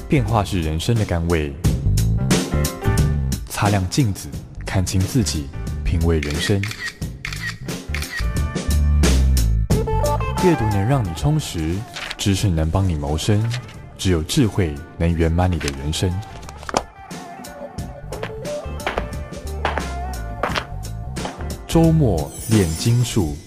变化是人生的甘味。擦亮镜子，看清自己，品味人生。阅读能让你充实，知识能帮你谋生，只有智慧能圆满你的人生。周末炼金术。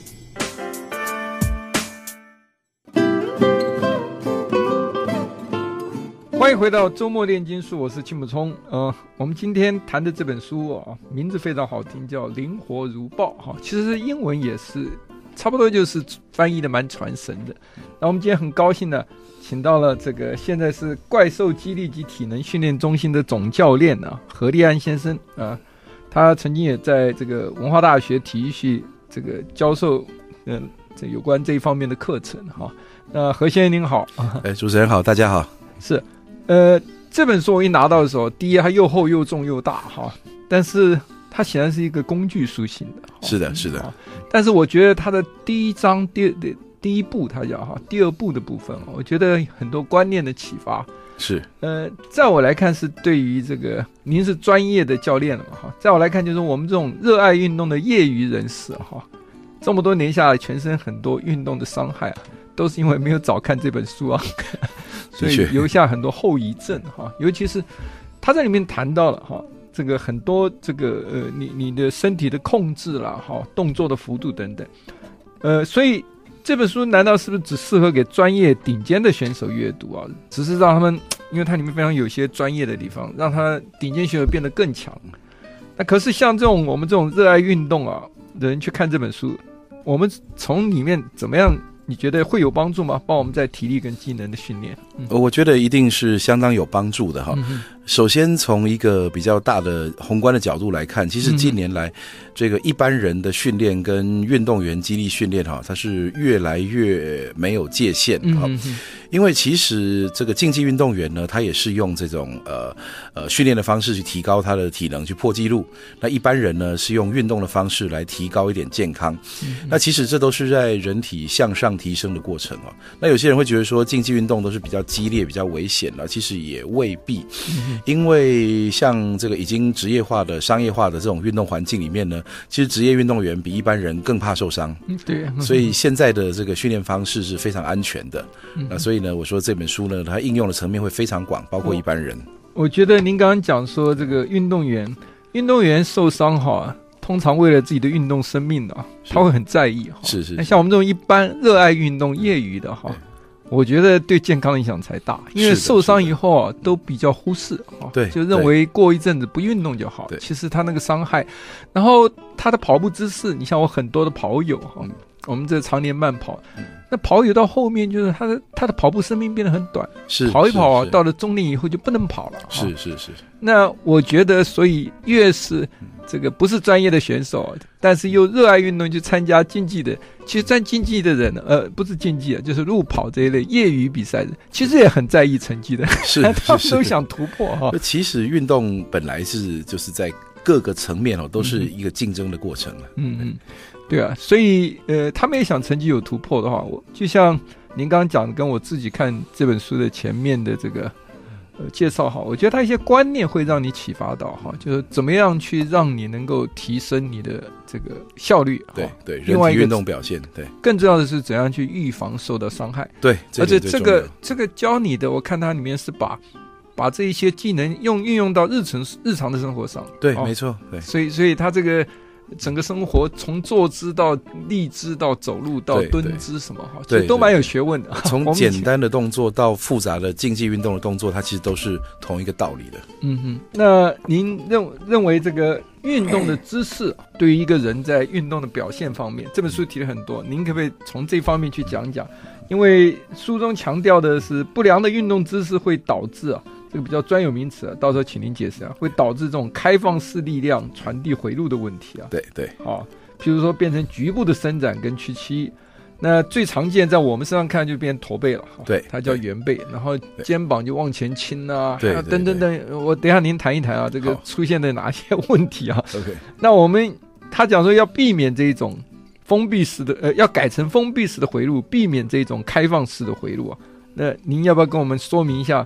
欢迎回到周末炼金术，我是秦补充。我们今天谈的这本书名字非常好听，叫《灵活如豹》其实英文也是差不多，就是翻译的蛮传神的。那我们今天很高兴呢，请到了这个现在是怪兽肌力及体能训练中心的总教练何立安先生他曾经也在这个文化大学体育系这个教授这有关这一方面的课程那何先生您好。 主持人好，大家好。 是这本书我一拿到的时候，第一它又厚又重又大但是它显然是一个工具书型的。 是的是的。 但是我觉得它的第一章第一步它叫第二步的部分我觉得很多观念的启发是在我来看是对于这个您是专业的教练了嘛在我来看就是我们这种热爱运动的业余人士这么多年下来全身很多运动的伤害都是因为没有早看这本书所以留下很多后遗症尤其是他在里面谈到了这个很多这个你的身体的控制啦动作的幅度等等所以这本书难道是不是只适合给专业顶尖的选手阅读只是让他们因为它里面非常有些专业的地方让他顶尖选手变得更强。那可是像我们这种热爱运动的人去看这本书，我们从里面怎么样你觉得会有帮助吗？帮我们在体力跟技能的训练我觉得一定是相当有帮助的首先从一个比较大的宏观的角度来看，其实近年来这个一般人的训练跟运动员肌力训练它是越来越没有界限因为其实这个竞技运动员呢，他也是用这种训练的方式去提高他的体能，去破纪录。那一般人呢是用运动的方式来提高一点健康那其实这都是在人体向上提升的过程那有些人会觉得说竞技运动都是比较激烈比较危险其实也未必因为像这个已经职业化的商业化的这种运动环境里面呢，其实职业运动员比一般人更怕受伤对所以现在的这个训练方式是非常安全的所以呢我说这本书呢它应用的层面会非常广，包括一般人我觉得您刚刚讲说这个运动员受伤通常为了自己的运动生命他会很在意是像我们这种一般热爱运动业余的我觉得对健康影响才大，因为受伤以后都比较忽视对， 就认为过一阵子不运动就好其实他那个伤害，然后他的跑步姿势，你像我很多的跑友我们这常年慢跑那跑友到后面就是他的跑步生命变得很短，跑一跑到了中年以后就不能跑了是那我觉得所以越是这个不是专业的选手但是又热爱运动去参加竞技的，其实参竞技的人不是竞技就是路跑这一类业余比赛的其实也很在意成绩的他们都想突破其实运动本来就是在各个层面都是一个竞争的过程对所以他们也想成绩有突破的话，就像您刚刚讲的跟我自己看这本书的前面的这个介绍我觉得他一些观念会让你启发到就是怎么样去让你能够提升你的这个效率对人体运动表现对， 更重要的是怎样去预防受到伤害对， 而且这个教你的我看它里面是把这一些技能运用到日常的生活上对没错对， 所以他这个整个生活从坐姿到立姿到走路到蹲姿什么其实都蛮有学问的从简单的动作到复杂的竞技运动的动作它其实都是同一个道理的那您认为这个运动的姿势对于一个人在运动的表现方面这本书提了很多，您可不可以从这方面去讲讲？因为书中强调的是不良的运动姿势会导致这个比较专有名词到时候请您解释会导致这种开放式力量传递回路的问题对譬如说变成局部的伸展跟屈膝，那最常见在我们身上看就变驼背了对， 它叫圆背，然后肩膀就往前倾对等等等，我等一下您谈一谈这个出现的哪些问题 OK 那他讲说要避免这种封闭式的要改成封闭式的回路，避免这种开放式的回路那您要不要跟我们说明一下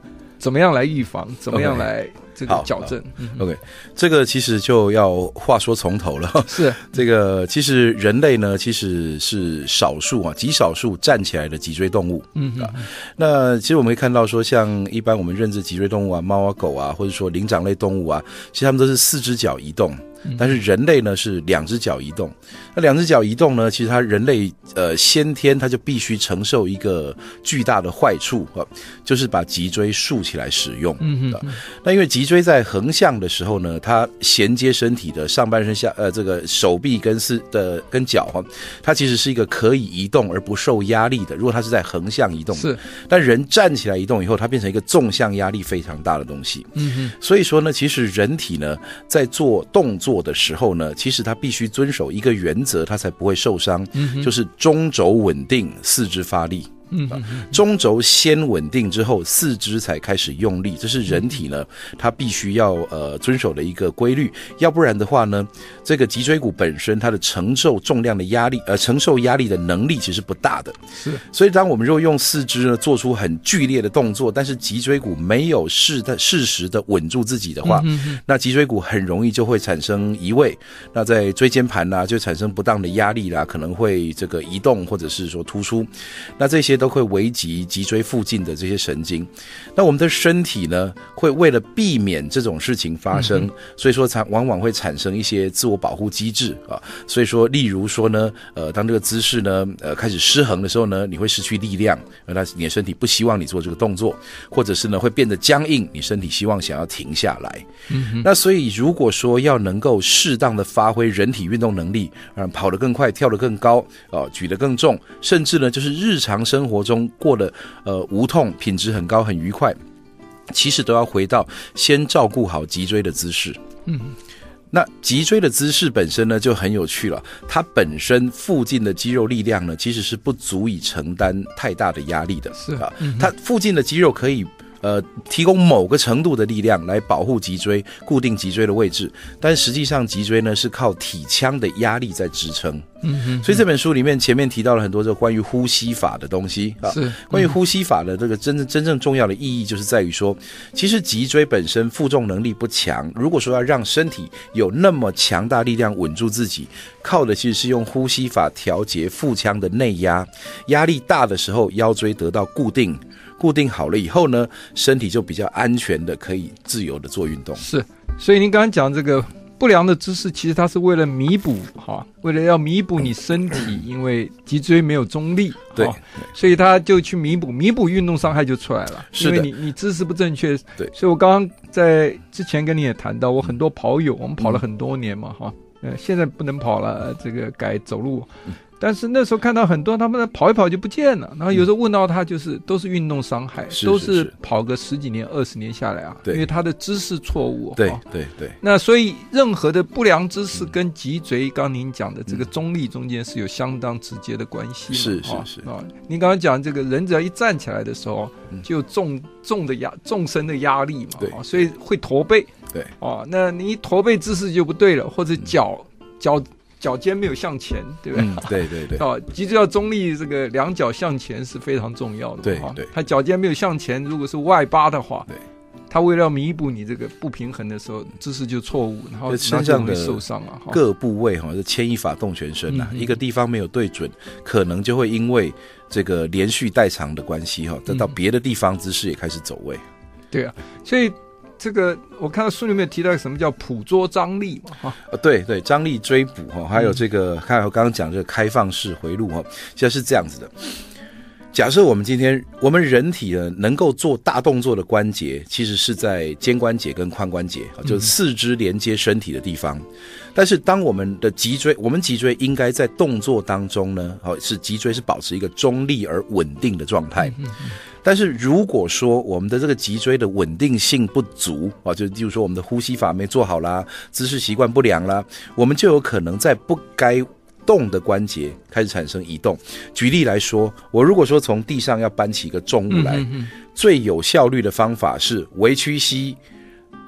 怎么样来预防，怎么样来这个矫正。 OK， 这个其实就要话说从头了。 是这个，其实人类呢，其实是少数极少数站起来的脊椎动物。那其实我们会看到说，像一般我们认知脊椎动物猫啊、狗啊，或者说灵长类动物啊，其实它们都是4只脚移动。但是人类呢是2只脚移动，那2只脚移动呢，其实它人类先天它就必须承受一个巨大的坏处就是把脊椎竖起来使用。那因为脊椎在横向的时候呢，它衔接身体的上半身这个手臂跟脚它其实是一个可以移动而不受压力的。如果它是在横向移动的，但人站起来移动以后，它变成一个纵向压力非常大的东西。所以说呢，其实人体呢在做动作的时候呢，其实它必须遵守一个原则，它才不会受伤，就是中轴稳定，四肢发力。中轴先稳定之后，四肢才开始用力，这是人体呢它必须要遵守的一个规律。要不然的话呢，这个脊椎骨本身它的承受重量的压力承受压力的能力其实不大的。 是， 所以当我们如果用四肢呢做出很剧烈的动作，但是脊椎骨没有适时的稳住自己的话，那脊椎骨很容易就会产生移位，那在椎间盘就产生不当的压力可能会这个移动或者是说突出，那这些都会危及脊椎附近的这些神经。那我们的身体呢，会为了避免这种事情发生，所以说往往会产生一些自我保护机制所以说，例如说呢，当这个姿势呢开始失衡的时候呢，你会失去力量，那你的身体不希望你做这个动作，或者是呢会变得僵硬，你身体希望想要停下来。那所以如果说要能够适当的发挥人体运动能力，跑得更快，跳得更高，举得更重，甚至呢就是日常生活中过得无痛，品质很高，很愉快，其实都要回到先照顾好脊椎的姿势。那脊椎的姿势本身呢就很有趣了，它本身附近的肌肉力量呢其实是不足以承担太大的压力的。 是它附近的肌肉可以提供某个程度的力量来保护脊椎，固定脊椎的位置，但实际上脊椎呢是靠体腔的压力在支撑。所以这本书里面前面提到了很多这关于呼吸法的东西是关于呼吸法的这个真正重要的意义就是在于说，其实脊椎本身负重能力不强，如果说要让身体有那么强大力量稳住自己，靠的其实是用呼吸法调节腹腔的内压，压力大的时候腰椎得到固定好了以后呢，身体就比较安全的可以自由的做运动。 是，所以您刚刚讲这个不良的姿势，其实它是为了弥补为了要弥补你身体因为脊椎没有中力， 对， 所以他就去弥补运动伤害就出来了。 是的， 因为你姿势不正确。 对， 所以我刚刚在之前跟你也谈到，我很多跑友，我们跑了很多年嘛现在不能跑了，这个改走路。但是那时候看到很多他们跑一跑就不见了，然后有时候问到他都是运动伤害，都是跑个10几年20年下来因为他的姿势错误。 对。 那所以任何的不良姿势跟脊椎刚您讲的这个中立中间是有相当直接的关系。 是您刚刚讲这个人只要一站起来的时候就有纵身的压力嘛，所以会驼背。 对那你驼背姿势就不对了，或者脚尖没有向前，对不对？对。脊椎要中立，这个两脚向前是非常重要的。 对。 他脚尖没有向前，如果是外八的话，对，他为了弥补你这个不平衡的时候，姿势就错误，然后身上会受伤各部位是牵一发动全身一个地方没有对准，可能就会因为这个连续代偿的关系再到别的地方姿势也开始走位。 对啊，所以。这个我看到书里面提到什么叫捕捉张力嘛对，张力追捕还有这个看我刚刚讲这个开放式回路现在是这样子的。假设我们今天我们人体呢能够做大动作的关节其实是在肩关节跟髋关节，就是四肢连接身体的地方。但是当我们脊椎应该在动作当中呢是脊椎是保持一个中立而稳定的状态。但是如果说我们的这个脊椎的稳定性不足就例如说我们的呼吸法没做好啦，姿势习惯不良啦，我们就有可能在不该动的关节开始产生移动。举例来说，我如果说从地上要搬起一个重物来，最有效率的方法是微屈膝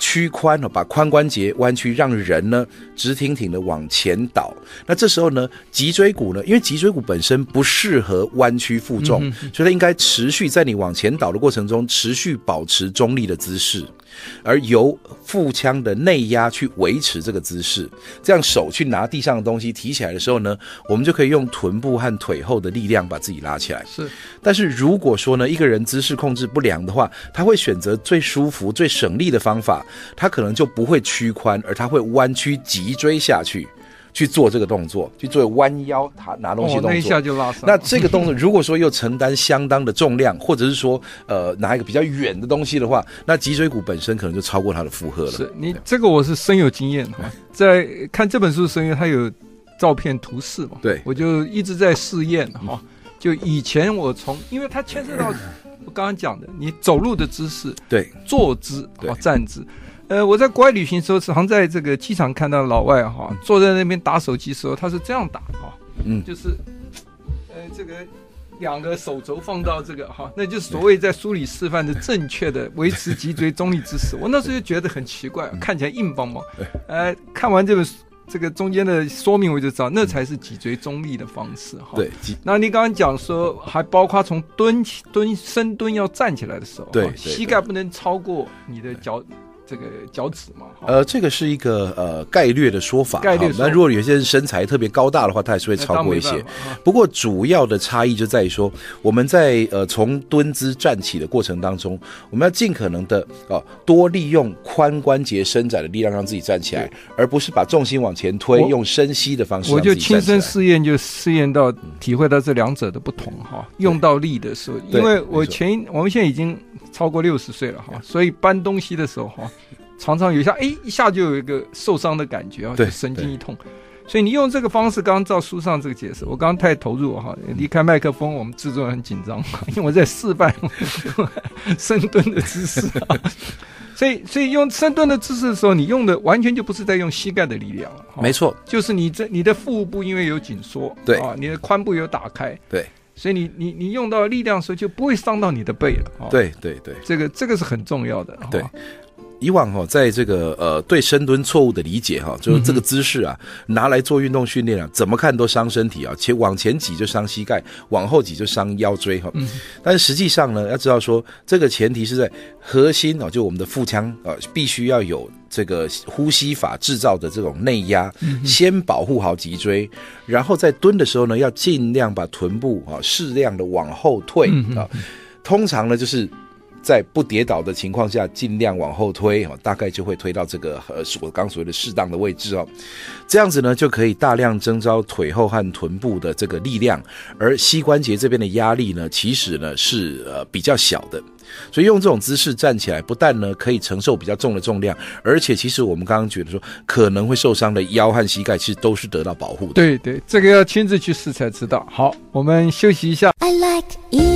屈髋，把髋关节弯曲，让人呢直挺挺的往前倒。那这时候呢，脊椎骨呢，因为脊椎骨本身不适合弯曲负重，所以它应该持续在你往前倒的过程中持续保持中立的姿势，而由腹腔的内压去维持这个姿势。这样手去拿地上的东西提起来的时候呢，我们就可以用臀部和腿后的力量把自己拉起来。 是， 但是如果说呢，一个人姿势控制不良的话，他会选择最舒服最省力的方法，他可能就不会屈髋，而他会弯曲脊椎下去做这个动作，去做弯腰拿东西的动作， 那一下就拉伤。 那这个动作如果说又承担相当的重量，或者是说拿一个比较远的东西的话，那脊椎骨本身可能就超过它的负荷了。 是你这个我是深有经验，在看这本书的时候，它有照片图示嘛， 对， 我就一直在试验哈。就以前因为它牵涉到我刚刚讲的，你走路的姿势， 对， 坐姿，站姿。我在国外旅行的时候，常在这个机场看到老外哈，坐在那边打手机的时候，他是这样打哈，就是这个两个手肘放到这个哈，那就是所谓在书里示范的正确的维持脊椎中立姿势。我那时候就觉得很奇怪，看起来硬邦邦。看完这个中间的说明，我就知道那才是脊椎中立的方式哈。 对， 那你刚刚讲说，还包括从深蹲要站起来的时候， 对， 膝盖不能超过你的这个脚趾嘛， 这个是一个概略的说法。那如果有些人身材特别高大的话，他还是会超过一些。不过主要的差异就在于说，我们在从蹲姿站起的过程当中，我们要尽可能的多利用髋关节伸展的力量让自己站起来，而不是把重心往前推，用深吸的方式让自己站起来。 我就亲身试验，就试验到体会到这两者的不同哈。用到力的时候，因为我们现在已经超过60岁了哈，所以搬东西的时候哈，常常有一下就有一个受伤的感觉啊，就神经一痛。所以你用这个方式，刚刚照书上这个解释，我刚刚太投入哈，离开麦克风，我们制作人很紧张，因为我在示范深蹲的姿势啊。所以用深蹲的姿势的时候，你用的完全就不是在用膝盖的力量了， 没错， 就是你的腹部因为有紧缩， 对啊，你的髋部有打开， 对。 所以你用到力量的时候就不会伤到你的背了。 对， 这个是很重要的。 对，以往在这个对深蹲错误的理解就是这个姿势啊，拿来做运动训练啊，怎么看都伤身体啊，往前挤就伤膝盖，往后挤就伤腰椎但是实际上呢，要知道说这个前提是在核心就我们的腹腔必须要有这个呼吸法制造的这种内压，先保护好脊椎，然后在蹲的时候呢，要尽量把臀部适量的往后退通常呢就是在不跌倒的情况下尽量往后推大概就会推到这个我刚所谓的适当的位置这样子呢就可以大量征召腿后和臀部的这个力量，而膝关节这边的压力呢其实呢是比较小的。所以用这种姿势站起来，不但呢可以承受比较重的重量，而且其实我们刚刚觉得说可能会受伤的腰和膝盖，其实都是得到保护的。 对，这个要亲自去试才知道。好，我们休息一下。I like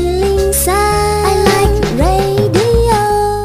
103, I like radio。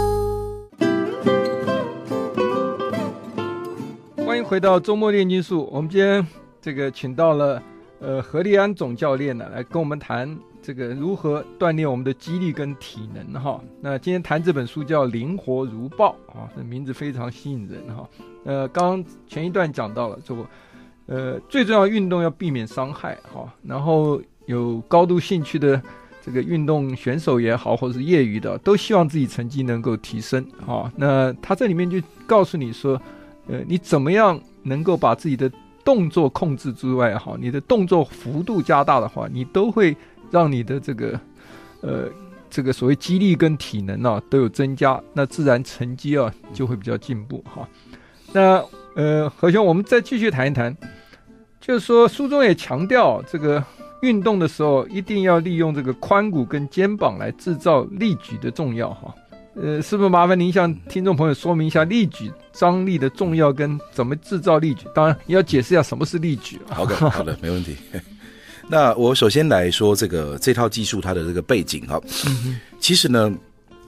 欢迎回到周末炼金术。我们今天这个请到了何立安总教练呢，来跟我们谈这个如何锻炼我们的肌力跟体能哈。那今天谈这本书叫《灵活如豹》啊，这名字非常吸引人哈。刚刚前一段讲到了，最重要的运动要避免伤害哈，然后有高度兴趣的这个运动选手也好，或者是业余的，都希望自己成绩能够提升哈。那他这里面就告诉你说，你怎么样能够把自己的动作控制之外哈，你的动作幅度加大的话，你都会让你的这个所谓肌力跟体能都有增加，那自然成绩就会比较进步哈。那何兄，我们再继续谈一谈，就是说书中也强调这个运动的时候一定要利用这个髋骨跟肩膀来制造力矩的重要哈。是不是麻烦您向听众朋友说明一下力矩张力的重要跟怎么制造力矩？当然你要解释一下什么是力矩。 好的，没问题。那我首先来说这套技术它的这个背景哈。其实呢，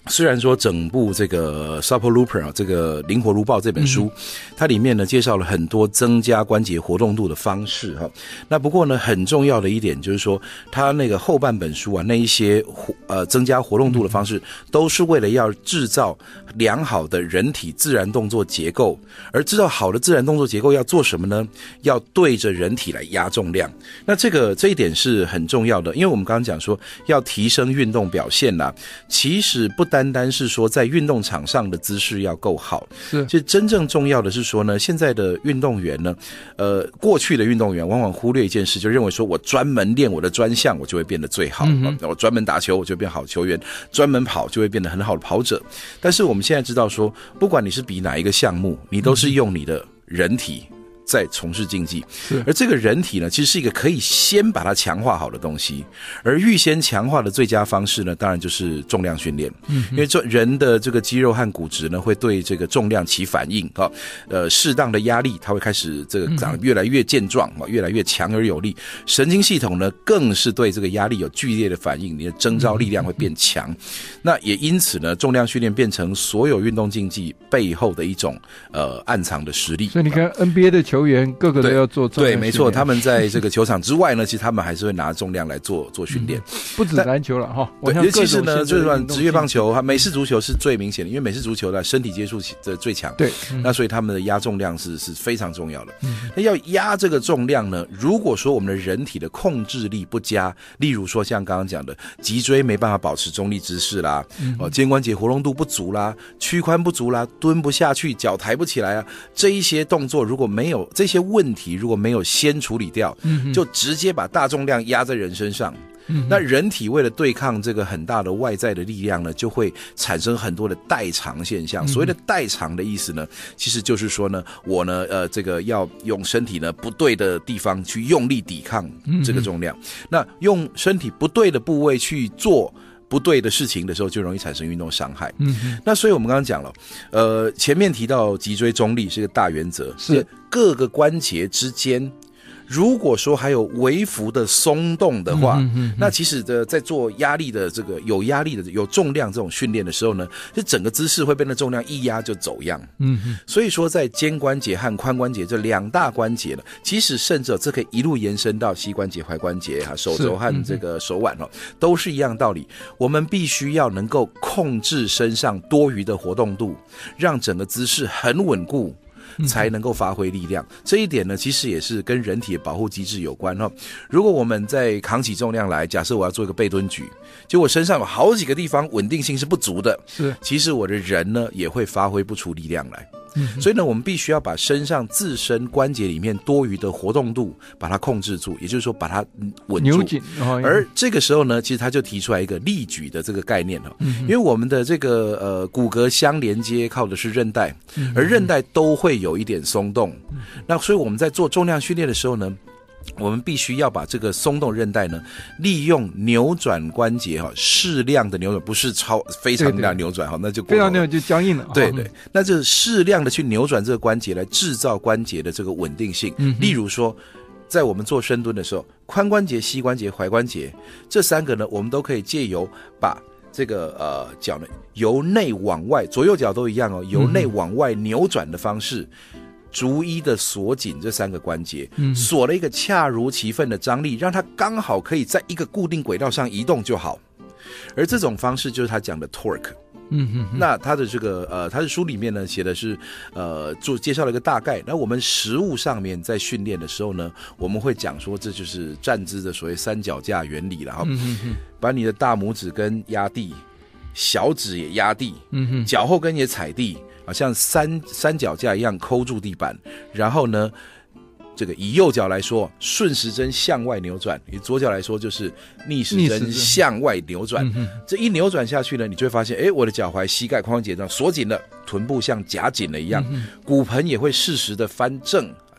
虽然说整部这个 Supple Looper 这个灵活如豹这本书，它里面呢介绍了很多增加关节活动度的方式哈。那不过呢，很重要的一点就是说，它那个后半本书啊，那一些增加活动度的方式，都是为了要制造良好的人体自然动作结构。而制造好的自然动作结构要做什么呢？要对着人体来压重量。那这一点是很重要的，因为我们刚刚讲说要提升运动表现啦，其实不单单是说在运动场上的姿势要够好， 是， 其实真正重要的是说呢，现在的运动员呢，过去的运动员往往忽略一件事，就认为说我专门练我的专项，我就会变得最好，我专门打球我就变好球员，专门跑就会变得很好的跑者。但是我们现在知道说，不管你是比哪一个项目，你都是用你的人体在从事竞技，而这个人体呢，其实是一个可以先把它强化好的东西，而预先强化的最佳方式呢，当然就是重量训练。因为人的这个肌肉和骨质呢，会对这个重量起反应啊，适当的压力，它会开始这个长得越来越健壮，越来越强而有力。神经系统呢，更是对这个压力有剧烈的反应，你的征召力量会变强。那也因此呢，重量训练变成所有运动竞技背后的一种暗藏的实力。 所以你看 NBA 的球员个个都要做重量训练。 对，没错，他们在这个球场之外呢，其实他们还是会拿重量来做训练。 不止篮球了哈， 尤其是呢，就是说职业棒球、美式足球是最明显的，因为美式足球的身体接触的最强。 对， 那所以他们的压重量是非常重要的。那要压这个重量呢，如果说我们的人体的控制力不佳，例如说像刚刚讲的脊椎没办法保持中立姿势啦，肩关节活动度不足啦，屈髋不足啦，蹲不下去，脚抬不起来啊，这一些动作如果没有这些问题，如果没有先处理掉，就直接把大重量压在人身上。那人体为了对抗这个很大的外在的力量呢，就会产生很多的代偿现象。所谓的代偿的意思呢，其实就是说呢，我呢这个要用身体呢不对的地方去用力抵抗这个重量。那用身体不对的部位去做不对的事情的时候，就容易产生运动伤害。那所以我们刚刚讲了，前面提到脊椎中立是一个大原则，是各个关节之间如果说还有微幅的松动的话，那其实在做压力的这个有压力的有重量这种训练的时候呢，就整个姿势会被那重量一压就走样。所以说在肩关节和髋关节这两大关节呢，其实甚至这可以一路延伸到膝关节、踝关节手肘和这个手腕都是一样道理。我们必须要能够控制身上多余的活动度，让整个姿势很稳固，才能够发挥力量。这一点呢，其实也是跟人体的保护机制有关。如果我们在扛起重量来，假设我要做一个背蹲举，结果我身上有好几个地方稳定性是不足的，其实我的人呢也会发挥不出力量来。所以呢，我们必须要把身上自身关节里面多余的活动度把它控制住，也就是说把它稳住扭紧。 而这个时候呢，其实他就提出来一个力举的这个概念。因为我们的这个骨骼相连接靠的是韧带，而韧带都会有一点松动。那所以我们在做重量训练的时候呢，我们必须要把这个松动韧带呢，利用扭转关节适量的扭转，不是非常量扭转，那就非常扭就僵硬了。 对，那就是适量的去扭转这个关节，来制造关节的这个稳定性。例如说，在我们做深蹲的时候，髋关节、膝关节、踝关节这三个呢，我们都可以借由把这个脚呢由内往外，左右脚都一样由内往外扭转的方式，逐一的锁紧这三个关节，锁了一个恰如其分的张力，让它刚好可以在一个固定轨道上移动就好。而这种方式就是他讲的 torque。那他的这个他的书里面呢写的是介绍了一个大概。那我们实务上面在训练的时候呢，我们会讲说这就是站姿的所谓三脚架原理了。把你的大拇指根压地，小指也压地，脚后跟也踩地，像三脚架一样抠住地板，然后呢这个以右脚来说顺时针向外扭转，以左脚来说就是逆时针向外扭转。这一扭转下去呢，你就会发现我的脚踝、膝盖、髋关节上锁紧了，臀部像夹紧了一样，骨盆也会适时的翻正，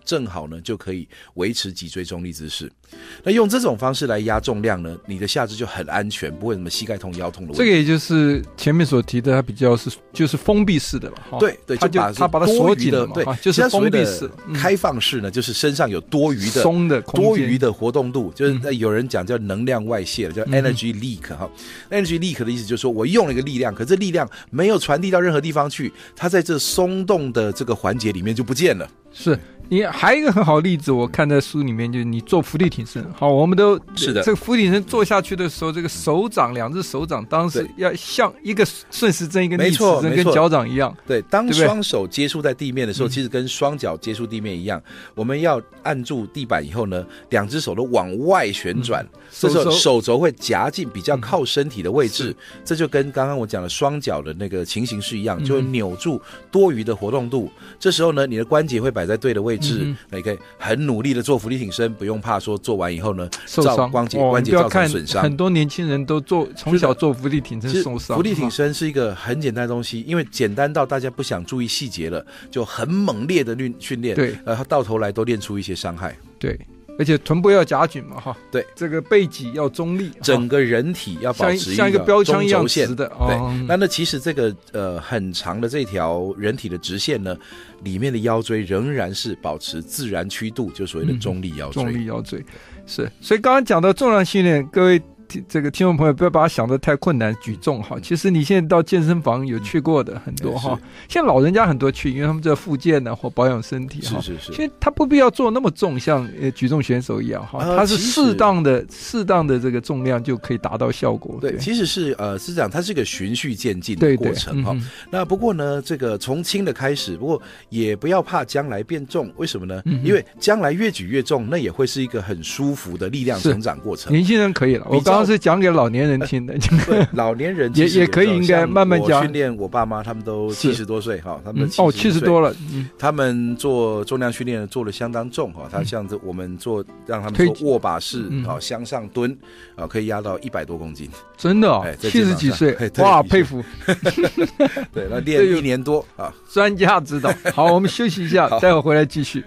正好呢就可以维持脊椎中立姿势。那用这种方式来压重量呢，你的下肢就很安全，不会什么膝盖痛腰痛的问题。 这个也就是前面所提的，它比较就是封闭式的了。 对对， 它把它锁紧了嘛。对， 就是封闭式。 开放式呢，就是身上有多余的松的空间， 多余的活动度，就是有人讲叫能量外泄了，叫 energy leak 哈。energy leak 的意思就是说我用了一个力量，可这力量没有传递到任何地方去，它在这松动的这个环节里面就不见了。 是。你还有一个很好的例子，我看在书里面，就是你做伏地挺身。好，我们都是的。 这个伏地挺身做下去的时候，这个两只手掌当时要像一个顺时针一个逆时针，跟脚掌一样。 对，当双手接触在地面的时候，其实跟双脚接触地面一样。我们要按住地板以后呢，两只手都往外旋转，这时候手肘会夹进比较靠身体的位置，这就跟刚刚我讲的双脚的那个情形是一样，就会扭住多余的活动度。这时候呢，你的关节会摆在对的位置。那你可以很努力的做伏地挺身，不用怕说做完以后呢受伤， 关节造成损伤。 很多年轻人都从小做伏地挺身受伤。 伏地挺身是一个很简单的东西，因为简单到大家不想注意细节了，就很猛烈的训练， 对， 到头来都练出一些伤害。 对。而且臀部要夹紧嘛，哈， 对， 这个背脊要中立， 整个人体要保持像一个标枪一样直的。 对，那其实这个很长的这条人体的直线呢，里面的腰椎仍然是保持自然曲度，就所谓的中立腰椎。 中立腰椎是，所以刚刚讲到重量训练，各位这个听众朋友不要把它想得太困难，举重哈。其实你现在到健身房有去过的很多哈，现在老人家很多去，因为他们在复健呢或保养身体哈。 是。 其实他不必要做那么重，像举重选手一样哈，他是适当的这个重量就可以达到效果。 对，其实是这样，它是一个循序渐进的过程哈。那不过呢，这个从轻的开始，不过也不要怕将来变重，为什么呢？因为将来越举越重，那也会是一个很舒服的力量成长过程。 年轻人可以了，我刚刚是讲给老年人听的。 老年人也可以，应该慢慢讲。 我训练我爸妈，他们都70多岁哈，他们 70多了， 他们做重量训练做得相当重哈。他像我们让他们做握把式向上蹲可以压到100多公斤， 真的70几岁，哇，佩服。 对，那练1年多啊， 专家指导。好，我们休息一下，待会回来继续。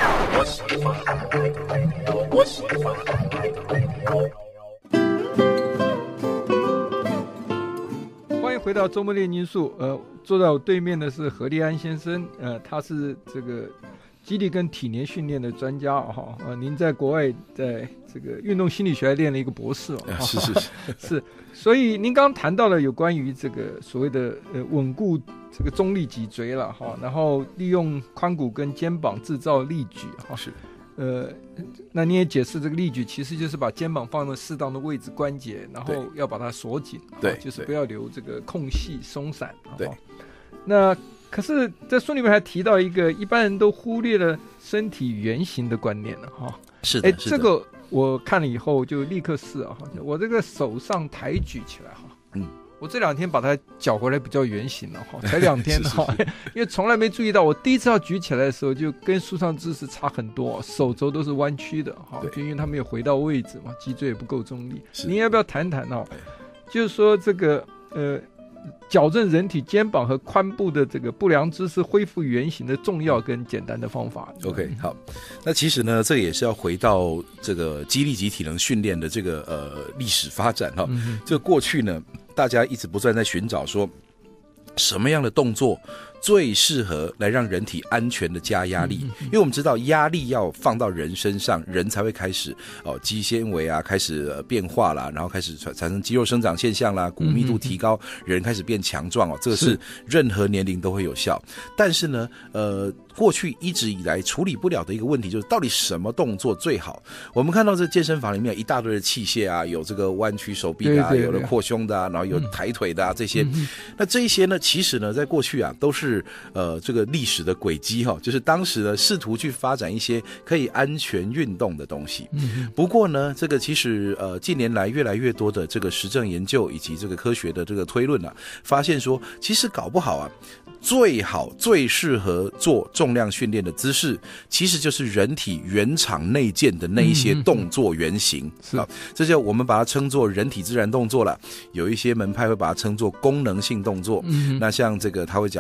欢迎回到周末炼金术。坐在我对面的是何立安先生，他是这个肌力跟体能训练的专家哈。您在国外在这个运动心理学练了一个博士是。所以您刚刚谈到了有关于这个所谓的稳固这个中立脊椎了哈，然后利用髋骨跟肩膀制造力矩哈。 是。 那你也解释这个力矩其实就是把肩膀放在适当的位置关节，然后要把它锁紧， 对， 就是不要留这个空隙松散。 对。 那可是在书里面还提到一个一般人都忽略了身体原型的观念了哈。 是的。 这个我看了以后就立刻试啊，我这个手上抬举起来哈，我这2天把它搅回来比较圆形了哈，才2天哈，因为从来没注意到，我第一次要举起来的时候就跟书上姿势差很多，手肘都是弯曲的哈，就因为它没有回到位置嘛，脊椎也不够中立。您要不要谈谈就是说这个矫正人体肩膀和髋部的这个不良姿势恢复原形的重要跟简单的方法。 OK， 好，那其实呢，这也是要回到这个肌力及体能训练的这个历史发展哈。这个过去呢，大家一直不断在寻找说什么样的动作最适合来让人体安全的加压力，因为我们知道压力要放到人身上，人才会开始肌纤维开始变化啦，然后开始产生肌肉生长现象啦，骨密度提高，人开始变强壮这个是任何年龄都会有效。但是呢过去一直以来处理不了的一个问题就是到底什么动作最好。我们看到这健身房里面有一大堆的器械有这个弯曲手臂对有的扩胸的然后有抬腿的这些那这一些呢其实呢在过去都是这个历史的轨迹就是当时呢试图去发展一些可以安全运动的东西。不过呢这个其实近年来越来越多的这个实证研究以及这个科学的这个推论发现说其实搞不好最好最适合做重量训练的姿势其实就是人体原厂内建的那一些动作原型。这就我们把它称作人体自然动作啦，有一些门派会把它称作功能性动作。那像这个他会讲叫做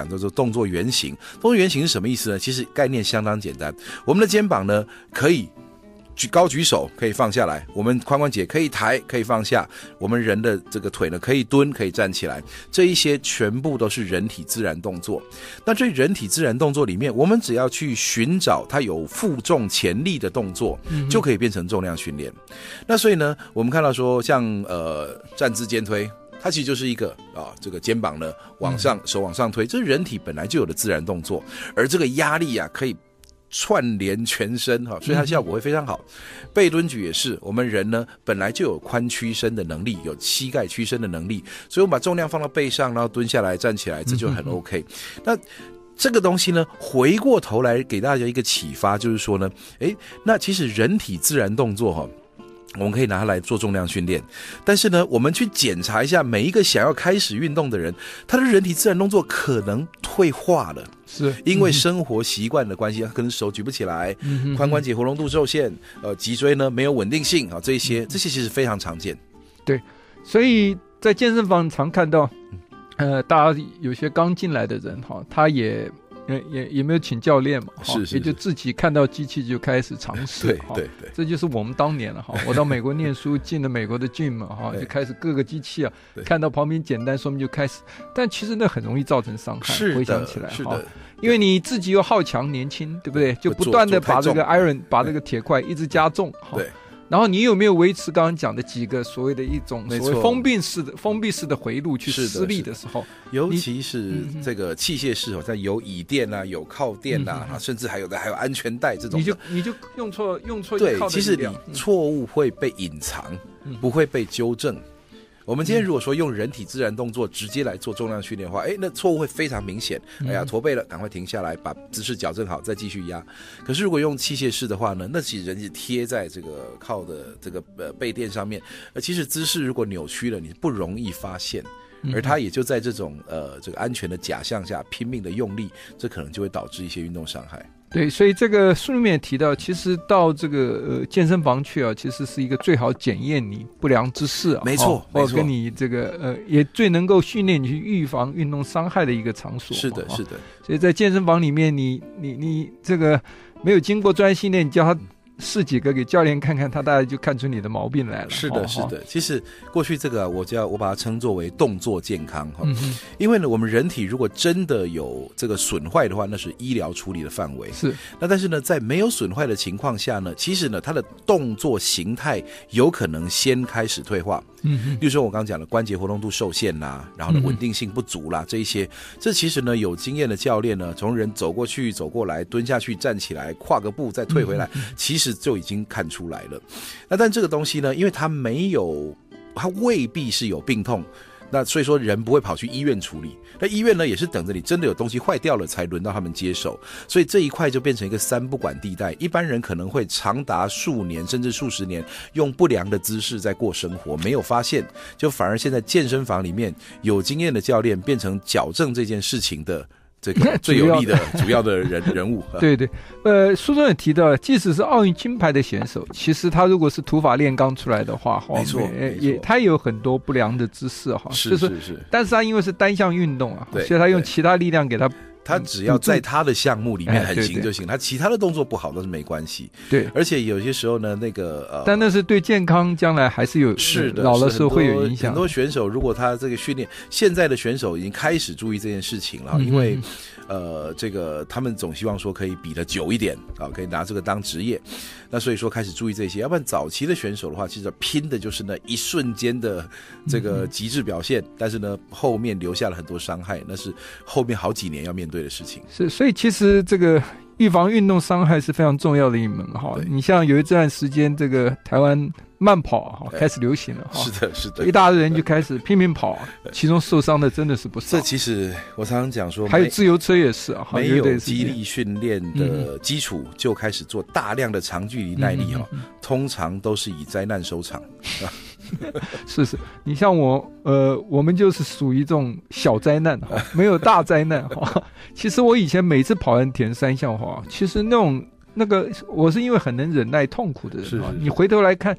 动作原型。动作原型是什么意思呢？其实概念相当简单，我们的肩膀呢可以举手可以放下来，我们髋关节可以抬可以放下，我们人的这个腿呢可以蹲可以站起来，这一些全部都是人体自然动作。那这人体自然动作里面，我们只要去寻找它有负重潜力的动作，就可以变成重量训练。那所以呢，我们看到说像站姿肩推，它其实就是一个这个肩膀呢往上，手往上推，这是人体本来就有的自然动作，而这个压力啊可以串联全身，所以它效果会非常好。背蹲举也是，我们人呢本来就有髋屈伸的能力，有膝盖屈伸的能力，所以我们把重量放到背上，然后蹲下来站起来，这就很 OK。那这个东西呢，回过头来给大家一个启发，就是说呢，那其实人体自然动作我们可以拿它来做重量训练，但是呢，我们去检查一下每一个想要开始运动的人，他的人体自然动作可能退化了， 是因为生活习惯的关系，可能手举不起来，髋关节活动度受限，脊椎呢没有稳定性，这些其实非常常见。 对，所以在健身房常看到，大家有些刚进来的人他也没有请教练嘛，也就自己看到机器就开始尝试。对，这就是我们当年了我到美国念书，进了美国的 gym 就开始各个机器看到旁边简单说明就开始，但其实那很容易造成伤害。回想起来是的， 因为你自己又好强年轻，对不对？就不断的把这个 iron 把这个铁块一直加重。 对。 然后你有没有维持刚刚讲的几个所谓的一种所谓封闭式的回路去施力的时候， 尤其是这个器械式在有椅垫啊，有靠垫啊，甚至还有安全带这种， 你就用错对，其实你错误会被隐藏，不会被纠正。我们今天如果说用人体自然动作直接来做重量训练的话，那错误会非常明显。驼背了，赶快停下来，把姿势矫正好，再继续压。可是如果用器械式的话呢，那其实人是贴在这个靠的这个背垫上面，其实姿势如果扭曲了，你不容易发现。而他也就在这种这个安全的假象下拼命的用力，这可能就会导致一些运动伤害。 对，所以这个书里面也提到，其实到这个健身房去其实是一个最好检验你不良之势没错， 或跟你这个也最能够训练你去预防运动伤害的一个场所。 是的。 所以在健身房里面，你这个没有经过专业训练，你叫他试几个给教练看看，他大概就看出你的毛病来了。 是的。其实过去这个我把它称作为动作健康因为呢，我们人体如果真的有这个损坏的话，那是医疗处理的范围。 是。 那但是呢，在没有损坏的情况下呢，其实呢，它的动作形态有可能先开始退化。例如说我刚刚讲的关节活动度受限啦，然后呢稳定性不足啦，这一些，这其实呢有经验的教练呢，从人走过去走过来蹲下去站起来跨个步再退回来，其实就已经看出来了。那但这个东西呢，因为它未必是有病痛，那所以说人不会跑去医院处理，那医院呢也是等着你真的有东西坏掉了才轮到他们接手，所以这一块就变成一个三不管地带。一般人可能会长达数年甚至数十年用不良的姿势在过生活，没有发现，就反而现在健身房里面有经验的教练变成矫正这件事情的这个最有力的主要的人物。 对，书中也提到，即使是奥运金牌的选手，其实他如果是土法炼钢出来的话， 没错， 他也有很多不良的姿势是， 但是他因为是单项运动所以他用其他力量给他只要在他的项目里面很行就行，他其他的动作不好都是没关系。 对， 而且有些时候呢， 但那是对健康将来还是有老的时候会有影响。 很多选手如果他这个训练，现在的选手已经开始注意这件事情了，因为这个他们总希望说可以比得久一点可以拿这个当职业，那所以说开始注意这些。要不然早期的选手的话，其实拼的就是那一瞬间的这个极致表现，但是呢后面留下了很多伤害，那是后面好几年要面对的事情。 是，所以其实这个预防运动伤害是非常重要的一门你像有一段时间，这个台湾慢跑开始流行了是的， 一大堆人就开始拼命跑其中受伤的真的是不少。 这其实我常常讲说， 还有自由车也是没有肌力训练的基础就开始做大量的长距离耐力通常都是以灾难收场。 是，你像我们就是属于这种小灾难没有大灾难其实我以前每次跑完田3项其实那个我是因为很能忍耐痛苦的人你回头来看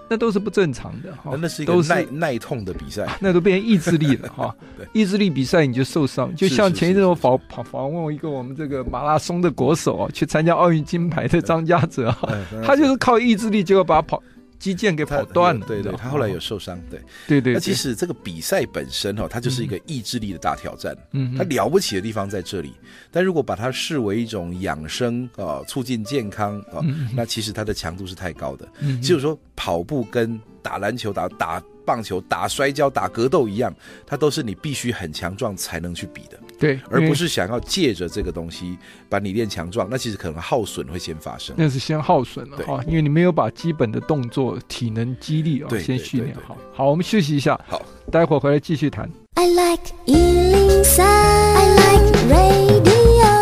那都是不正常的那是一个耐痛的比赛， 那都变成意志力了意志力比赛你就受伤，就像前一阵我访问一个我们这个马拉松的国手去参加奥运金牌的张家泽他就是靠意志力结果把肌腱给跑断了， 对，他后来有受伤， 对。 那其实这个比赛本身它就是一个意志力的大挑战，它了不起的地方在这里。但如果把它视为一种养生促进健康那其实它的强度是太高的。就是说跑步跟打篮球、打棒球、打摔跤、打格斗一样，它都是你必须很强壮才能去比的。 对， 而不是想要借着这个东西把你练强壮，那其实可能耗损会先发生。 那是先耗损了因为你没有把基本的动作、体能、肌力先训练好。好，我们休息一下， 好， 待会儿回来继续谈。 I like 103, I like radio。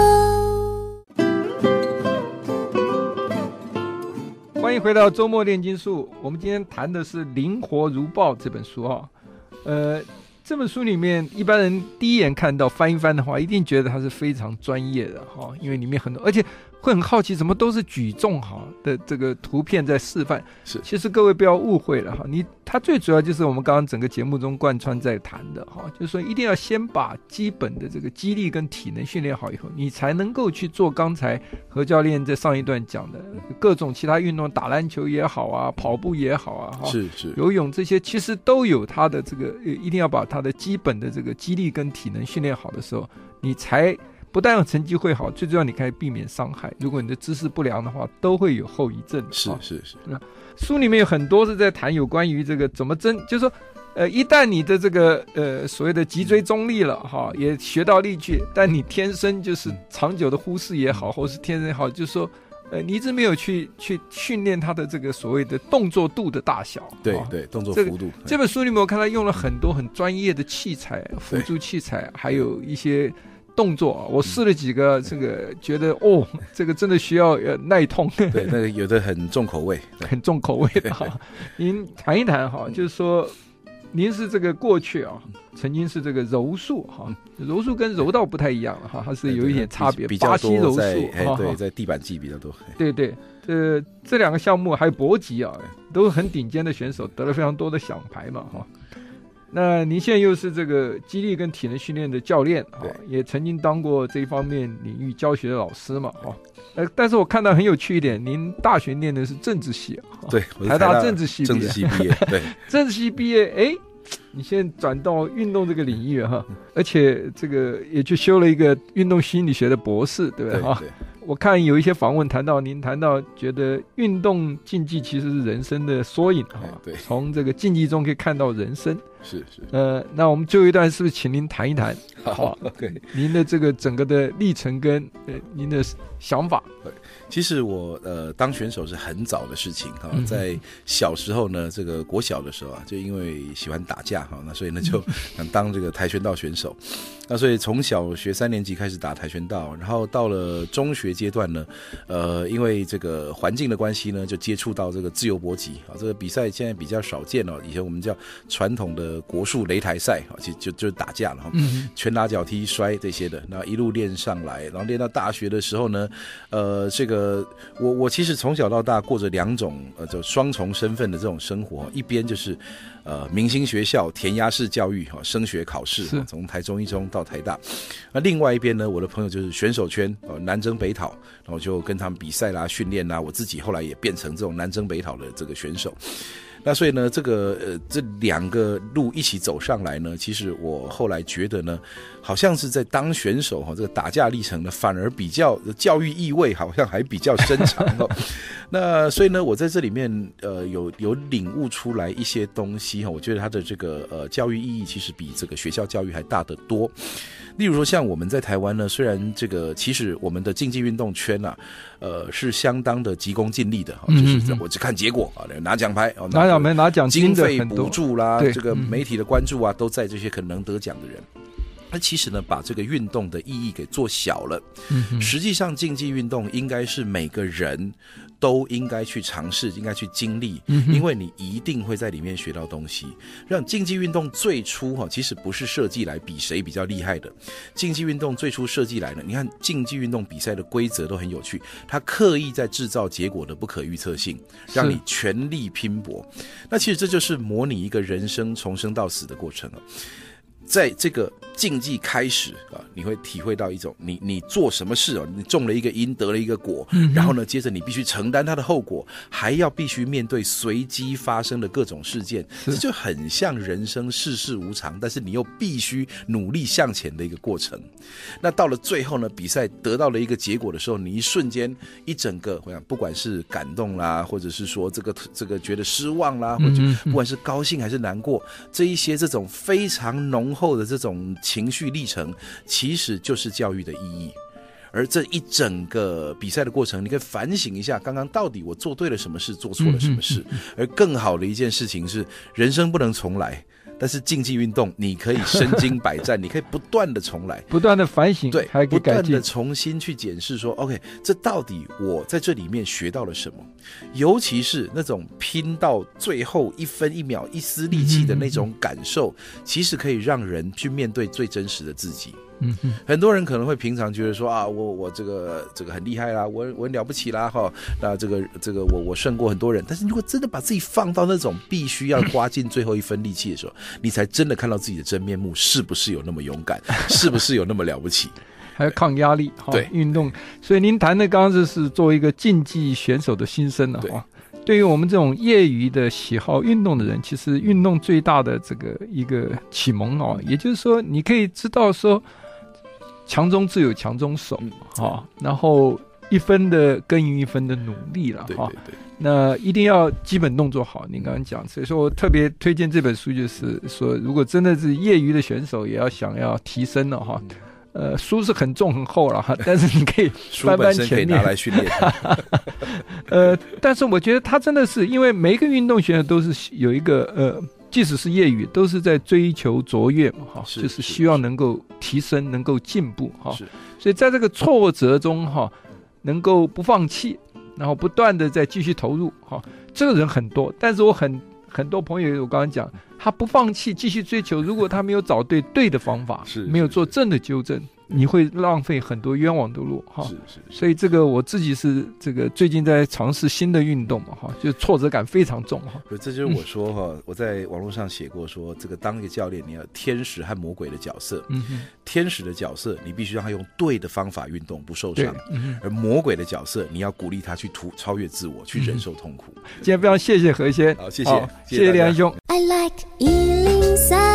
欢迎回到周末炼金术，我们今天谈的是《灵活如豹》这本书这本书里面一般人第一眼看到翻一翻的话一定觉得它是非常专业的因为里面很多，而且会很好奇怎么都是举重的这个图片在示范。 是， 其实各位不要误会了它最主要就是我们刚刚整个节目中贯穿在谈的就是说一定要先把基本的这个肌力跟体能训练好以后，你才能够去做刚才何教练在上一段讲的各种其他运动，打篮球也好跑步也好是游泳这些其实都有它的这个一定要把它的基本的这个肌力跟体能训练好的时候，你才不但有成绩会好，最重要你可以避免伤害。如果你的姿势不良的话，都会有后遗症。 是。 书里面有很多是在谈有关于这个怎么就是说一旦你的这个所谓的脊椎中立了也学到力矩，但你天生就是长久的忽视也好，或是天生也好，就是说你一直没有去训练他的这个所谓的动作度的大小。 对，动作幅度。 这本书里面我看他用了很多很专业的器材、辅助器材，还有一些动作我试了几个，这个觉得这个真的需要耐痛。 对，那个有的很重口味， 很重口味的您谈一谈就是说您是这个过去曾经是这个柔术柔术跟柔道不太一样了它是有一点差别， 比较多巴西柔术对，在地板技比较多。 对，这两个项目还有搏击都是很顶尖的选手，得了非常多的奖牌嘛那您现在又是这个肌力跟体能训练的教练也曾经当过这一方面领域教学的老师嘛但是我看到很有趣一点，您大学念的是政治系对， 台大政治系毕业对， 政治系毕业你现在转到运动这个领域而且这个也去修了一个运动心理学的博士，对不对对我看有一些访问您谈到觉得运动竞技其实是人生的缩影对， 从这个竞技中可以看到人生。 是那我们最后一段是不是请您谈一谈好 OK 您的这个整个的历程跟您的想法。 其实我当选手是很早的事情在小时候呢，这个国小的时候就因为喜欢打架那所以呢就想当这个跆拳道选手。那所以从小学3年级开始打跆拳道，然后到了中学阶段呢因为这个环境的关系呢，就接触到这个自由搏击这个比赛现在比较少见以前我们叫传统的国术擂台赛其实就是打架了拳打脚踢摔这些的，然后一路练上来，然后练到大学的时候呢这个我其实从小到大过着2种就双重身份的这种生活，一边就是明星学校填鸭式教育升学考试从台中一中到台大，那另外一边呢，我的朋友就是选手圈南征北讨，然后就跟他们比赛啦训练啦，我自己后来也变成这种南征北讨的这个选手。那所以呢这个这2个路一起走上来呢，其实我后来觉得呢，好像是在当选手这个打架历程呢，反而比较教育意味好像还比较深长那所以呢我在这里面有领悟出来一些东西我觉得它的这个教育意义其实比这个学校教育还大得多。例如说像我们在台湾呢，虽然这个其实我们的竞技运动圈是相当的急功近利的就是我只看结果拿奖牌拿奖牌拿奖金的经费补助啦这个媒体的关注都在这些可能得奖的人。那其实呢把这个运动的意义给做小了实际上竞技运动应该是每个人都应该去尝试，应该去经历，因为你一定会在里面学到东西。让竞技运动最初其实不是设计来比谁比较厉害的，竞技运动最初设计来呢，你看竞技运动比赛的规则都很有趣，它刻意在制造结果的不可预测性，让你全力拼搏。那其实这就是模拟一个人生从生到死的过程。在这个竞技开始你会体会到一种你做什么事你种了一个因得了一个果，然后呢接着你必须承担它的后果，还要必须面对随机发生的各种事件，这就很像人生世事无常，但是你又必须努力向前的一个过程。那到了最后呢，比赛得到了一个结果的时候，你一瞬间一整个不管是感动啦，或者是说这个觉得失望啦，或者不管是高兴还是难过，这一些这种非常浓厚的这种情绪历程，其实就是教育的意义。而这一整个比赛的过程，你可以反省一下，刚刚到底我做对了什么事，做错了什么事。而更好的一件事情是，人生不能重来，但是竞技运动你可以身经百战，你可以不断的重来， 不断的反省， 对， 还可以改进， 不断的重新去检视说 OK 这到底我在这里面学到了什么。尤其是那种拼到最后一分一秒一丝力气的那种感受，其实可以让人去面对最真实的自己。很多人可能会平常觉得说我这个很厉害啦，我很了不起啦那这个我胜过很多人。但是如果真的把自己放到那种必须要花尽最后一分力气的时候，你才真的看到自己的真面目，是不是有那么勇敢，是不是有那么了不起， 还有抗压力对运动。所以您谈的刚刚就是作为一个竞技选手的心声对于我们这种业余的喜好运动的人，其实运动最大的这个一个启蒙也就是说你可以知道说强中自有强中手然后一分的耕耘一分的努力了对那一定要基本动作好，您刚刚讲，所以说我特别推荐这本书，就是说如果真的是业余的选手也要想要提升了书是很重很厚了但是你可以翻翻前面，书本身可以拿来训练但是我觉得他真的是因为每一个运动选手都是有一个即使是业余都是在追求卓越嘛就是希望能够提升能够进步所以在这个挫折中能够不放弃，然后不断的再继续投入这个人很多，但是我很多朋友我刚刚讲他不放弃继续追求，如果他没有找对的方法，没有做正的纠正，你会浪费很多冤枉的路所以这个我自己是这个最近在尝试新的运动嘛就是挫折感非常重这就是我说我在网络上写过说，这个当一个教练你要天使和魔鬼的角色天使的角色你必须让他用对的方法运动不受伤而魔鬼的角色你要鼓励他去超越自我去忍受痛苦今天非常谢谢何先， 好谢谢谢谢梁兄。 I like 103